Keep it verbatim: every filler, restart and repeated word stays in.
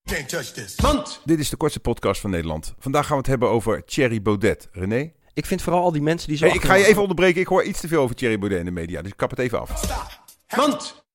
Can't touch this. Want Dit is de kortste podcast van Nederland. Vandaag gaan we het hebben over Thierry Baudet. René? Ik vind vooral al die mensen die zo... Hey, ik ga je even onderbreken. Ik hoor iets te veel over Thierry Baudet in de media. Dus ik kap het even af. Want